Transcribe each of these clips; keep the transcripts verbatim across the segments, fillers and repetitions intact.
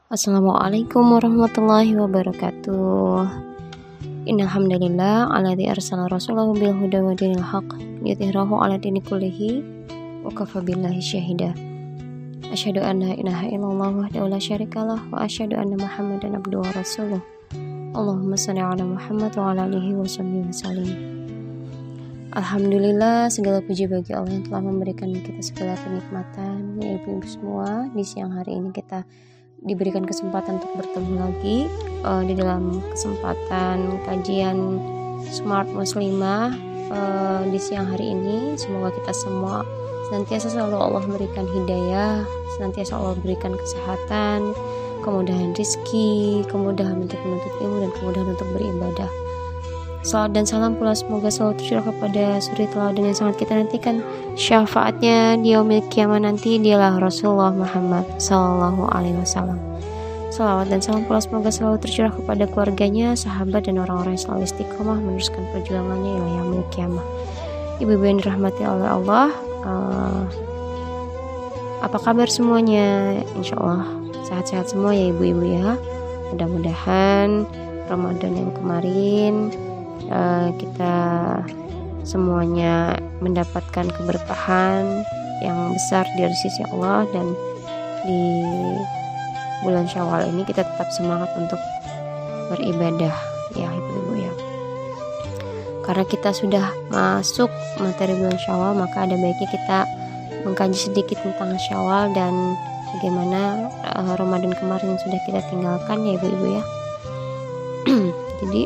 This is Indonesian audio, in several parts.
Assalamualaikum warahmatullahi wabarakatuh. Innal hamdalillah alladzi arsala rasulahu bil huda wa dinil haqq liyudhhirahu 'ala dini kullihi wa kafa billahi syahida. Asyhadu an la ilaha illallah wahdahu la syarikalah wa asyhadu anna Muhammadan abduhu wa rasuluh. Allahumma shalli 'ala Muhammad wa 'ala alihi wa sahbihi wasallim. Alhamdulillah, segala puji bagi Allah yang telah memberikan kita segala kenikmatan. Ya ibu-ibu semua, di siang hari ini kita diberikan kesempatan untuk bertemu lagi uh, di dalam kesempatan kajian Smart Muslimah uh, di siang hari ini. Semoga kita semua senantiasa selalu Allah berikan hidayah, senantiasa Allah berikan kesehatan, kemudahan rezeki, kemudahan untuk menuntut ilmu, dan kemudahan untuk beribadah. Salawat dan salam pula semoga selalu tercurah kepada suri teladan yang sangat kita nantikan syafaatnya di yaumil kiamah nanti, dialah Rasulullah Muhammad Sallallahu Alaihi Wasallam. Salawat dan salam pula semoga selalu tercurah kepada keluarganya, sahabat, dan orang-orang yang selalu istiqomah meneruskan perjuangannya ila yaumil kiamah. Ibu-ibu yang dirahmati oleh Allah, uh, apa kabar semuanya? Insya Allah sehat-sehat semua ya ibu-ibu ya. Mudah-mudahan Ramadan yang kemarin Uh, kita semuanya mendapatkan keberkahan yang besar dari sisi Allah, dan di bulan Syawal ini kita tetap semangat untuk beribadah ya ibu-ibu ya. Karena kita sudah masuk materi bulan Syawal, maka ada baiknya kita mengkaji sedikit tentang Syawal dan bagaimana uh, Ramadan kemarin yang sudah kita tinggalkan ya ibu-ibu ya. Jadi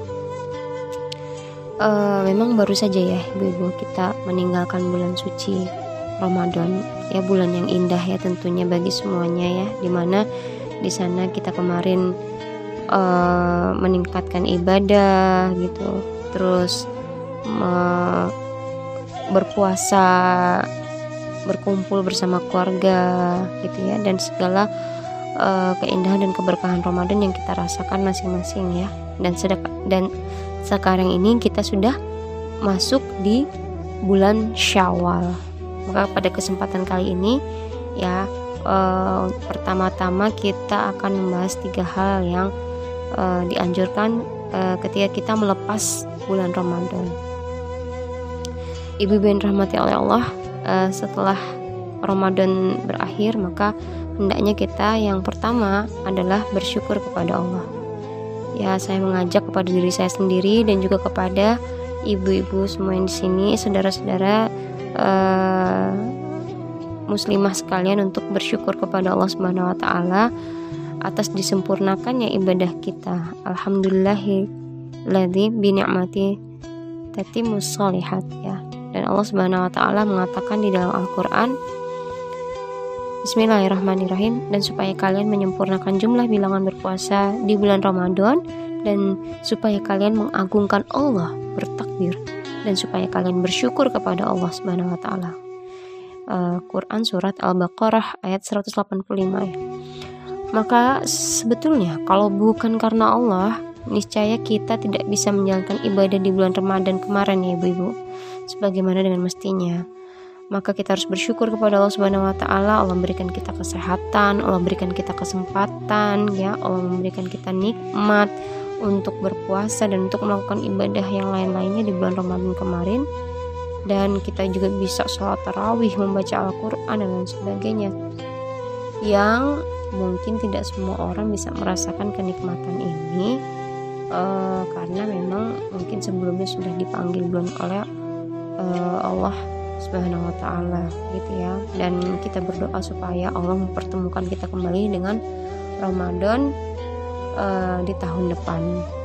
Uh, memang baru saja ya ibu-ibu kita meninggalkan bulan suci Ramadan ya, bulan yang indah ya tentunya bagi semuanya ya, dimana di sana kita kemarin uh, meningkatkan ibadah gitu, terus uh, berpuasa, berkumpul bersama keluarga gitu ya, dan segala uh, keindahan dan keberkahan Ramadan yang kita rasakan masing-masing ya. Dan sedek dan sekarang ini kita sudah masuk di bulan Syawal. Maka pada kesempatan kali ini ya uh, pertama-tama kita akan membahas tiga hal yang uh, dianjurkan uh, ketika kita melepas bulan Ramadan. Ibu-ibu yang dirahmati oleh Allah, uh, setelah Ramadan berakhir, maka hendaknya kita yang pertama adalah bersyukur kepada Allah. Ya, saya mengajak kepada diri saya sendiri dan juga kepada ibu-ibu semua yang di sini, saudara-saudara uh, muslimah sekalian, untuk bersyukur kepada Allah Subhanahu wa taala atas disempurnakannya ibadah kita. Alhamdulillahilladzi bi ni'mati tatimmus shalihat ya. Dan Allah Subhanahu wa taala mengatakan di dalam Al-Qur'an, Bismillahirrahmanirrahim, dan supaya kalian menyempurnakan jumlah bilangan berpuasa di bulan Ramadan, dan supaya kalian mengagungkan Allah, bertakbir, dan supaya kalian bersyukur kepada Allah Subhanahu wa taala. Uh, Quran surat Al-Baqarah ayat seratus delapan puluh lima ya. Maka sebetulnya kalau bukan karena Allah, niscaya kita tidak bisa menjalankan ibadah di bulan Ramadan kemarin ya ibu-ibu sebagaimana dengan mestinya. Maka kita harus bersyukur kepada Allah Subhanahu wa taala. Allah memberikan kita kesehatan, Allah memberikan kita kesempatan ya, Allah memberikan kita nikmat untuk berpuasa dan untuk melakukan ibadah yang lain-lainnya di bulan Ramadan kemarin. Dan kita juga bisa sholat tarawih, membaca Al-Quran dan lain sebagainya, yang mungkin tidak semua orang bisa merasakan kenikmatan ini uh, karena memang mungkin sebelumnya sudah dipanggil belum oleh uh, Allah Subhanahu wa taala gitu ya. Dan kita berdoa supaya Allah mempertemukan kita kembali dengan Ramadan uh, di tahun depan.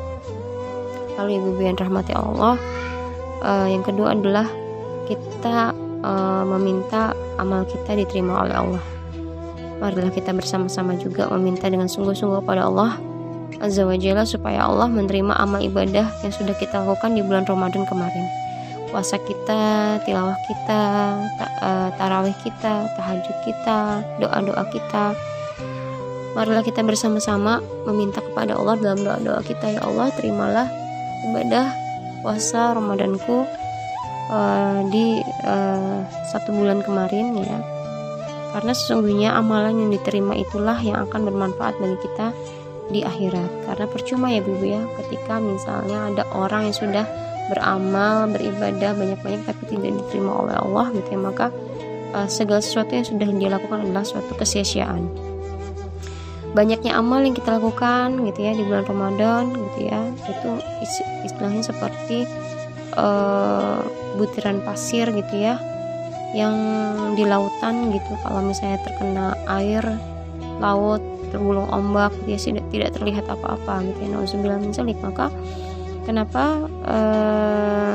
Lalu ibu-ibu yang rahmati Allah, uh, yang kedua adalah kita uh, meminta amal kita diterima oleh Allah. Marilah kita bersama-sama juga meminta dengan sungguh-sungguh kepada Allah Azza wa Jalla supaya Allah menerima amal ibadah yang sudah kita lakukan di bulan Ramadan kemarin. Puasa kita, tilawah kita, ta- uh, tarawih kita, tahajud kita, doa-doa kita. Marilah kita bersama-sama meminta kepada Allah dalam doa-doa kita. Ya Allah, terimalah ibadah puasa Ramadanku uh, di uh, satu bulan kemarin ya. Karena sesungguhnya amalan yang diterima itulah yang akan bermanfaat bagi kita di akhirat. Karena percuma ya Ibu ya, ketika misalnya ada orang yang sudah beramal, beribadah banyak-banyak tapi tidak diterima oleh Allah gitu ya, maka uh, segala sesuatu yang sudah dia lakukan adalah suatu kesia-siaan. Banyaknya amal yang kita lakukan gitu ya di bulan Ramadan gitu ya, itu istilahnya seperti uh, butiran pasir gitu ya yang di lautan gitu. Kalau misalnya terkena air laut, tergulung ombak, dia tidak tidak terlihat apa-apa gitu ya. Nauzubillah min dzalik. Maka kenapa uh,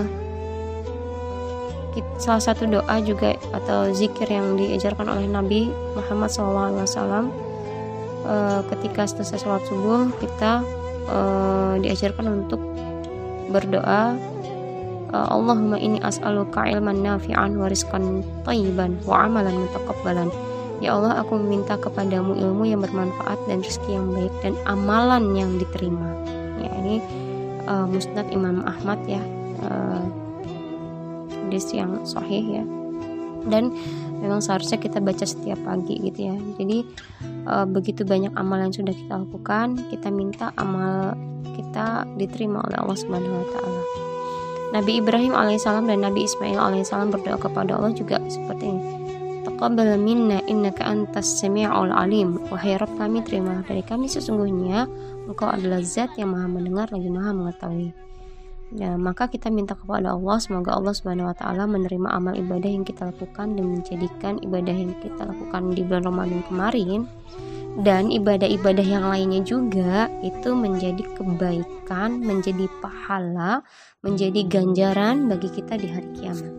salah satu doa juga atau zikir yang diajarkan oleh Nabi Muhammad shallallahu alaihi wasallam uh, ketika selesai sholat subuh, kita uh, diajarkan untuk berdoa, uh, Allahumma inni as'aluka ilman nafi'an wa rizqan thayyiban wa amalan mutaqabbalan. Ya Allah, aku meminta kepadamu ilmu yang bermanfaat dan rezeki yang baik dan amalan yang diterima. Ya, ini uh, Musnad Imam Ahmad ya, uh, hadis yang sahih ya. Dan memang seharusnya kita baca setiap pagi gitu ya. Jadi uh, begitu banyak amal yang sudah kita lakukan, kita minta amal kita diterima oleh Allah Subhanahu wa taala. Nabi Ibrahim alaihissalam dan Nabi Ismail alaihissalam berdoa kepada Allah juga seperti ini. Taqabbal minna innaka antas sami'ul alim. Wahai Rabb kami, terima dari kami, sesungguhnya Engkau adalah zat yang maha mendengar lagi maha mengetahui. Ya, maka kita minta kepada Allah semoga Allah Subhanahu wa taala menerima amal ibadah yang kita lakukan dan menjadikan ibadah yang kita lakukan di bulan Ramadan kemarin dan ibadah-ibadah yang lainnya juga itu menjadi kebaikan, menjadi pahala, menjadi ganjaran bagi kita di hari kiamat.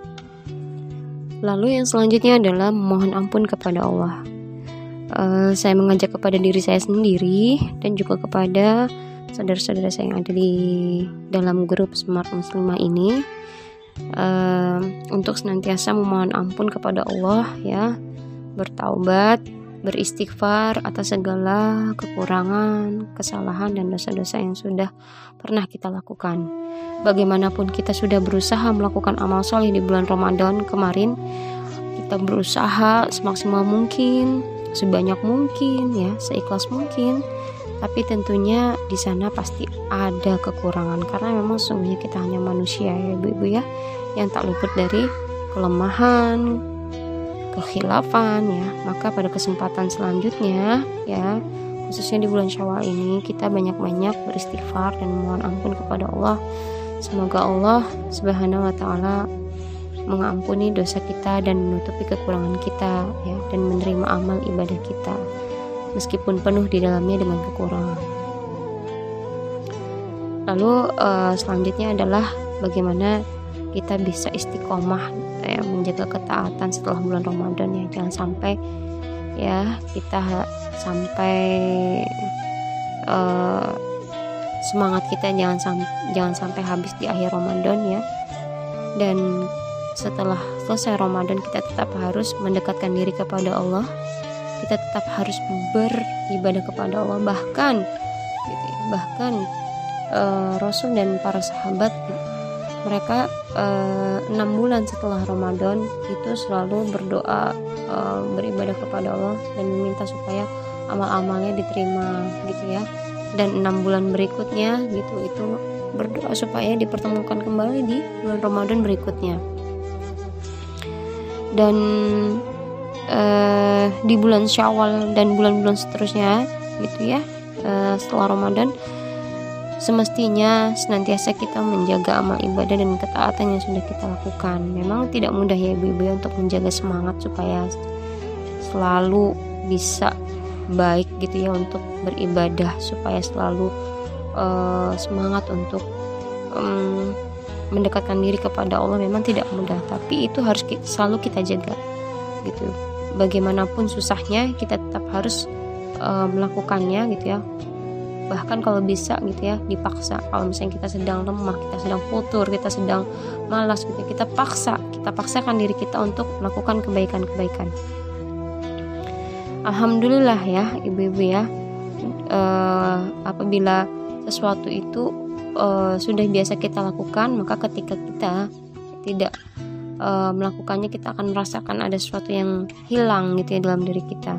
Lalu yang selanjutnya adalah memohon ampun kepada Allah. Uh, saya mengajak kepada diri saya sendiri dan juga kepada saudara-saudara saya yang ada di dalam grup Smart Muslimah ini uh, untuk senantiasa memohon ampun kepada Allah ya, bertaubat, beristighfar atas segala kekurangan, kesalahan dan dosa-dosa yang sudah pernah kita lakukan. Bagaimanapun kita sudah berusaha melakukan amal soleh di bulan Ramadan kemarin, kita berusaha semaksimal mungkin, sebanyak mungkin ya, seikhlas mungkin. Tapi tentunya di sana pasti ada kekurangan karena memang sesungguhnya kita hanya manusia ya Ibu-ibu ya, yang tak luput dari kelemahan, kekhilafan ya. Maka pada kesempatan selanjutnya ya, khususnya di bulan Syawal ini, kita banyak-banyak beristighfar dan memohon ampun kepada Allah. Semoga Allah Subhanahu wa taala mengampuni dosa kita dan menutupi kekurangan kita ya, dan menerima amal ibadah kita meskipun penuh di dalamnya dengan kekurangan. Lalu uh, selanjutnya adalah bagaimana kita bisa istiqomah ya, menjaga ketaatan setelah bulan Ramadan ya. Jangan sampai ya kita sampai uh, semangat kita jangan sam- jangan sampai habis di akhir Ramadan ya. Dan setelah selesai Ramadan kita tetap harus mendekatkan diri kepada Allah. Kita tetap harus beribadah kepada Allah, bahkan gitu ya, bahkan uh, Rasul dan para sahabat mereka enam uh, bulan setelah Ramadan itu selalu berdoa, uh, beribadah kepada Allah dan meminta supaya amal-amalnya diterima gitu ya. Dan enam bulan berikutnya gitu itu berdoa supaya dipertemukan kembali di bulan Ramadan berikutnya. Dan Uh, di bulan Syawal dan bulan-bulan seterusnya gitu ya, uh, setelah Ramadan semestinya senantiasa kita menjaga amal ibadah dan ketaatan yang sudah kita lakukan. Memang tidak mudah ya Ibu-ibu untuk menjaga semangat supaya selalu bisa baik gitu ya untuk beribadah, supaya selalu uh, semangat untuk um, mendekatkan diri kepada Allah. Memang tidak mudah, tapi itu harus kita, selalu kita jaga gitu. Bagaimanapun susahnya kita tetap harus uh, melakukannya gitu ya. Bahkan kalau bisa gitu ya dipaksa. Kalau misalnya kita sedang lemah, kita sedang futur, kita sedang malas gitu, kita paksa, kita paksakan diri kita untuk melakukan kebaikan-kebaikan. Alhamdulillah ya Ibu-ibu ya, uh, apabila sesuatu itu uh, sudah biasa kita lakukan, maka ketika kita tidak uh, melakukannya kita akan merasakan ada sesuatu yang hilang gitu ya dalam diri kita.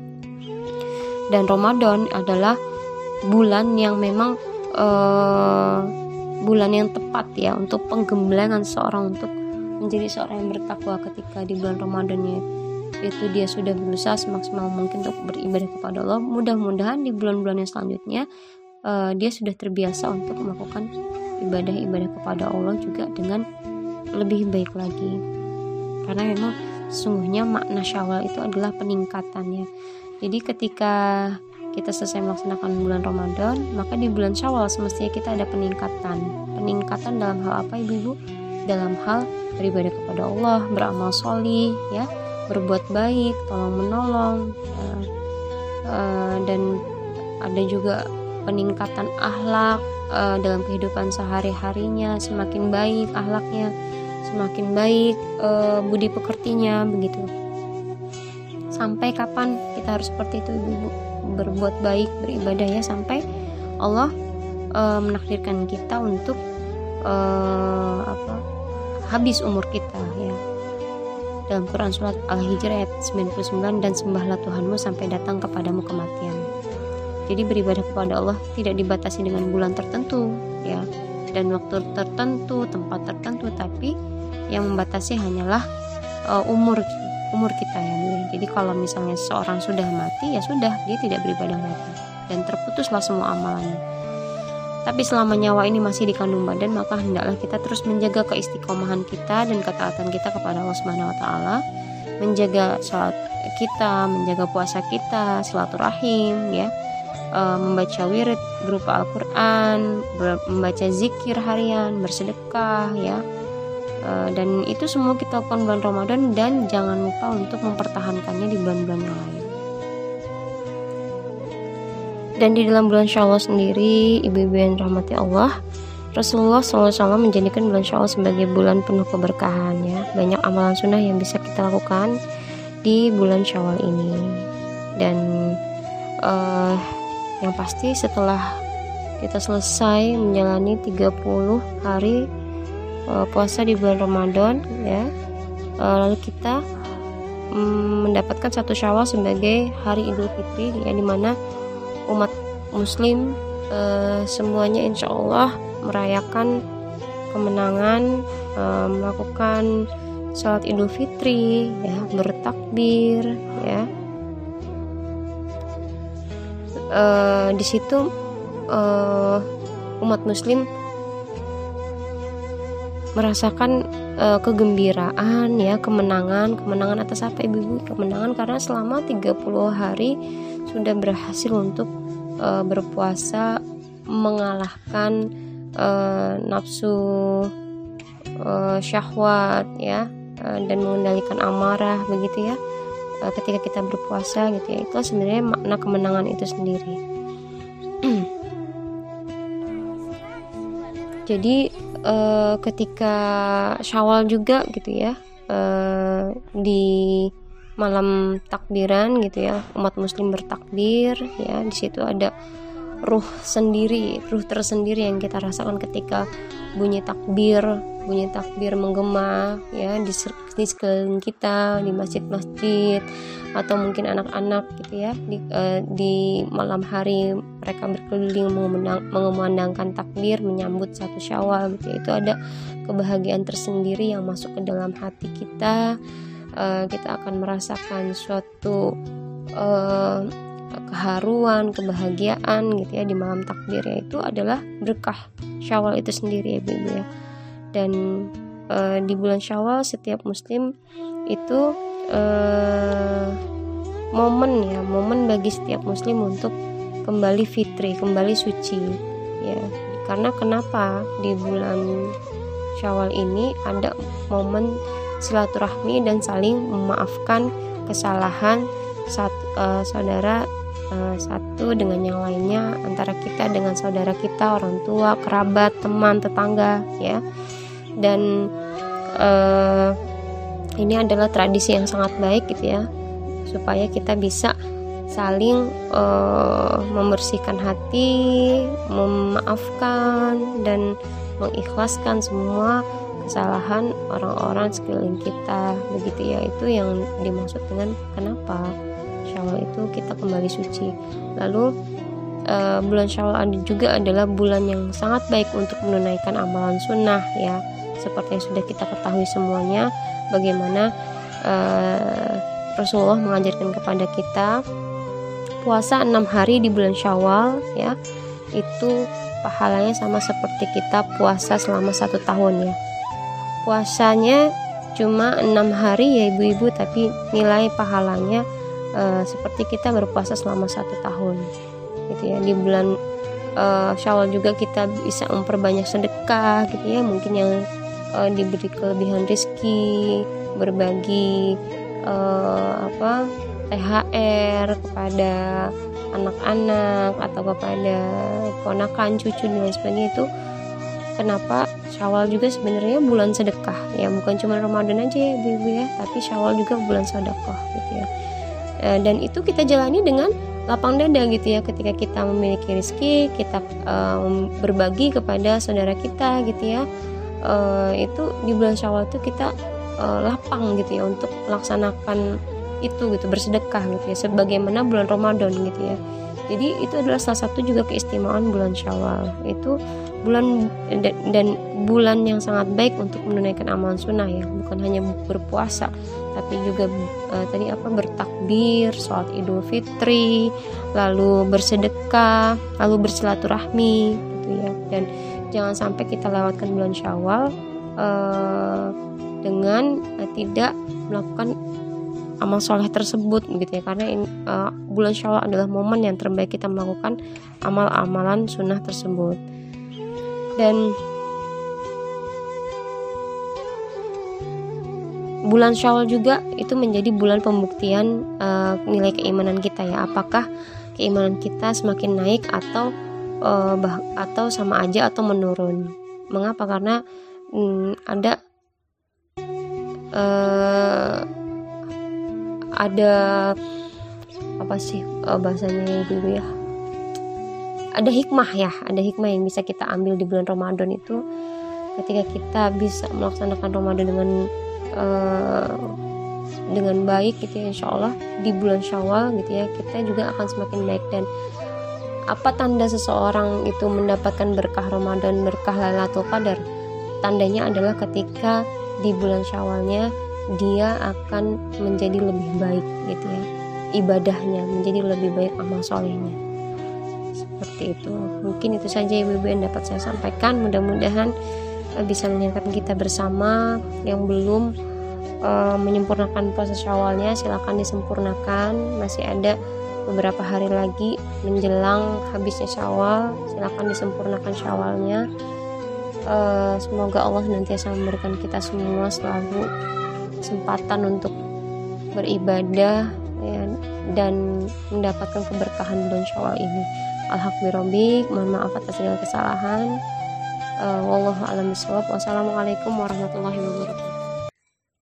Dan Ramadan adalah bulan yang memang uh, bulan yang tepat ya untuk penggemblengan seorang untuk menjadi seorang yang bertakwa. Ketika di bulan Ramadannya itu dia sudah berusaha semaksimal mungkin untuk beribadah kepada Allah, mudah-mudahan di bulan-bulan yang selanjutnya uh, dia sudah terbiasa untuk melakukan ibadah-ibadah kepada Allah juga dengan lebih baik lagi. Karena memang sesungguhnya makna Syawal itu adalah peningkatannya. Jadi ketika kita selesai melaksanakan bulan Ramadan, maka di bulan Syawal semestinya kita ada peningkatan. Peningkatan dalam hal apa ibu-ibu? Dalam hal beribadah kepada Allah, beramal sholih, ya, berbuat baik, tolong menolong, ya, uh, dan ada juga peningkatan akhlak uh, dalam kehidupan sehari-harinya, semakin baik akhlaknya, semakin baik uh, budi pekertinya, begitu. Sampai kapan kita harus seperti itu ibu-ibu? Berbuat baik, beribadah ya, sampai Allah uh, menakdirkan kita untuk uh, apa habis umur kita ya. Dalam Quran surat Al-Hijr ayat sembilan puluh sembilan, dan sembahlah Tuhanmu sampai datang kepadamu kematian. Jadi beribadah kepada Allah tidak dibatasi dengan bulan tertentu ya, dan waktu tertentu, tempat tertentu, tapi yang membatasi hanyalah uh, umur umur kita ya. Jadi kalau misalnya seorang sudah mati, ya sudah, dia tidak beribadah lagi dan terputuslah semua amalannya. Tapi selama nyawa ini masih di kandung badan, maka hendaklah kita terus menjaga keistiqomahan kita dan ketaatan kita kepada Allah Subhanahu wa taala, menjaga salat kita, menjaga puasa kita, silaturahim ya, e, membaca wirid berupa Al-Qur'an, membaca zikir harian, bersedekah ya. Uh, dan itu semua kita lakukan bulan Ramadan, dan jangan lupa untuk mempertahankannya di bulan-bulan yang lain. Dan di dalam bulan Syawal sendiri, ibu-ibu yang rahmati Allah, Rasulullah shallallahu alaihi wasallam menjadikan bulan Syawal sebagai bulan penuh keberkahan ya. Banyak amalan sunnah yang bisa kita lakukan di bulan Syawal ini. Dan uh, yang pasti setelah kita selesai menjalani tiga puluh hari puasa di bulan Ramadan ya, lalu kita mm, mendapatkan satu Syawal sebagai hari Idul Fitri ya, dimana umat muslim uh, semuanya insya Allah merayakan kemenangan, uh, melakukan salat Idul Fitri ya, bertakbir ya. Uh, di situ uh, umat muslim merasakan uh, kegembiraan ya, kemenangan, kemenangan atas apa ibu-ibu? Kemenangan karena selama tiga puluh hari sudah berhasil untuk uh, berpuasa, mengalahkan uh, nafsu uh, syahwat ya, uh, dan mengendalikan amarah begitu ya. Uh, ketika kita berpuasa gitu ya, itu sebenarnya makna kemenangan itu sendiri. Jadi uh, ketika Syawal juga gitu ya, uh, di malam takbiran gitu ya, umat muslim bertakbir ya, di situ ada ruh sendiri, ruh tersendiri yang kita rasakan ketika bunyi takbir, bunyi takbir menggema ya di, di sekeliling kita, di masjid-masjid, atau mungkin anak-anak gitu ya, di, uh, di malam hari mereka berkeliling mengumandangkan takbir menyambut satu Syawal gitu ya. Itu ada kebahagiaan tersendiri yang masuk ke dalam hati kita. Uh, kita akan merasakan suatu uh, keharuan, kebahagiaan gitu ya di malam takbir ya. Itu adalah berkah Syawal itu sendiri ya ibu ya. Dan uh, di bulan Syawal setiap muslim itu uh, momen ya, momen bagi setiap muslim untuk kembali fitri, kembali suci ya. Karena kenapa di bulan Syawal ini ada momen silaturahmi dan saling memaafkan kesalahan satu, uh, saudara uh, satu dengan yang lainnya, antara kita dengan saudara kita, orang tua, kerabat, teman, tetangga ya. Dan uh, ini adalah tradisi yang sangat baik gitu ya, supaya kita bisa saling uh, membersihkan hati, memaafkan, dan mengikhlaskan semua kesalahan orang-orang sekeliling kita, begitu ya. Itu yang dimaksud dengan kenapa Syawal itu kita kembali suci. Lalu uh, bulan Syawal juga adalah bulan yang sangat baik untuk menunaikan amalan sunnah ya, seperti yang sudah kita ketahui semuanya, bagaimana uh, Rasulullah mengajarkan kepada kita puasa enam hari di bulan Syawal ya, itu pahalanya sama seperti kita puasa selama satu tahun ya. Puasanya cuma enam hari ya ibu-ibu, tapi nilai pahalanya e, seperti kita berpuasa selama satu tahun gitu ya. Di bulan e, Syawal juga kita bisa memperbanyak sedekah gitu ya, mungkin yang e, diberi kelebihan rezeki, berbagi e, apa T H R kepada anak-anak atau kepada ponakan, cucu dan lain sebagainya. Itu kenapa Syawal juga sebenarnya bulan sedekah ya, bukan cuma Ramadan aja ya ibu-ibu ya, tapi Syawal juga bulan sedekah gitu ya. E, dan itu kita jalani dengan lapang dada gitu ya, ketika kita memiliki rezeki, kita e, berbagi kepada saudara kita gitu ya. E, itu di bulan Syawal itu kita e, lapang gitu ya untuk melaksanakan itu gitu, bersedekah gitu ya, sebagaimana bulan Ramadan gitu ya. Jadi itu adalah salah satu juga keistimewaan bulan Syawal. Itu bulan dan bulan yang sangat baik untuk menunaikan amalan sunnah ya, bukan hanya berpuasa, tapi juga uh, tadi apa bertakbir, sholat Idul Fitri, lalu bersedekah, lalu bersilaturahmi gitu ya. Dan jangan sampai kita lewatkan bulan Syawal uh, dengan uh, tidak melakukan amal soleh tersebut gitu ya, karena in, uh, bulan Syawal adalah momen yang terbaik kita melakukan amal-amalan sunnah tersebut. Dan bulan Syawal juga itu menjadi bulan pembuktian uh, nilai keimanan kita ya, apakah keimanan kita semakin naik atau uh, bah, atau sama aja atau menurun. Mengapa? Karena hmm, ada uh, ada apa sih uh, bahasanya ibu ya, ada hikmah ya, ada hikmah yang bisa kita ambil di bulan Ramadan itu. Ketika kita bisa melaksanakan Ramadan dengan uh, dengan baik gitu ya, insya Allah di bulan Syawal gitu ya, kita juga akan semakin baik. Dan apa tanda seseorang itu mendapatkan berkah Ramadan, berkah Lailatul Qadar? Tandanya adalah ketika di bulan Syawalnya dia akan menjadi lebih baik gitu ya, ibadahnya menjadi lebih baik, amal solehnya seperti itu. Mungkin itu saja ibu-ibu yang dapat saya sampaikan. Mudah-mudahan uh, bisa mengingatkan kita bersama yang belum uh, menyempurnakan puasa Syawalnya, silakan disempurnakan. Masih ada beberapa hari lagi menjelang habisnya Syawal, silakan disempurnakan Syawalnya. Uh, semoga Allah nantiasa memberikan kita semua selalu kesempatan untuk beribadah ya, dan mendapatkan keberkahan bulan Syawal ini. Alhamdulillah, mohon maaf atas segala kesalahan. Uh, wallahu a'lam bishawab. Wassalamualaikum warahmatullahi wabarakatuh.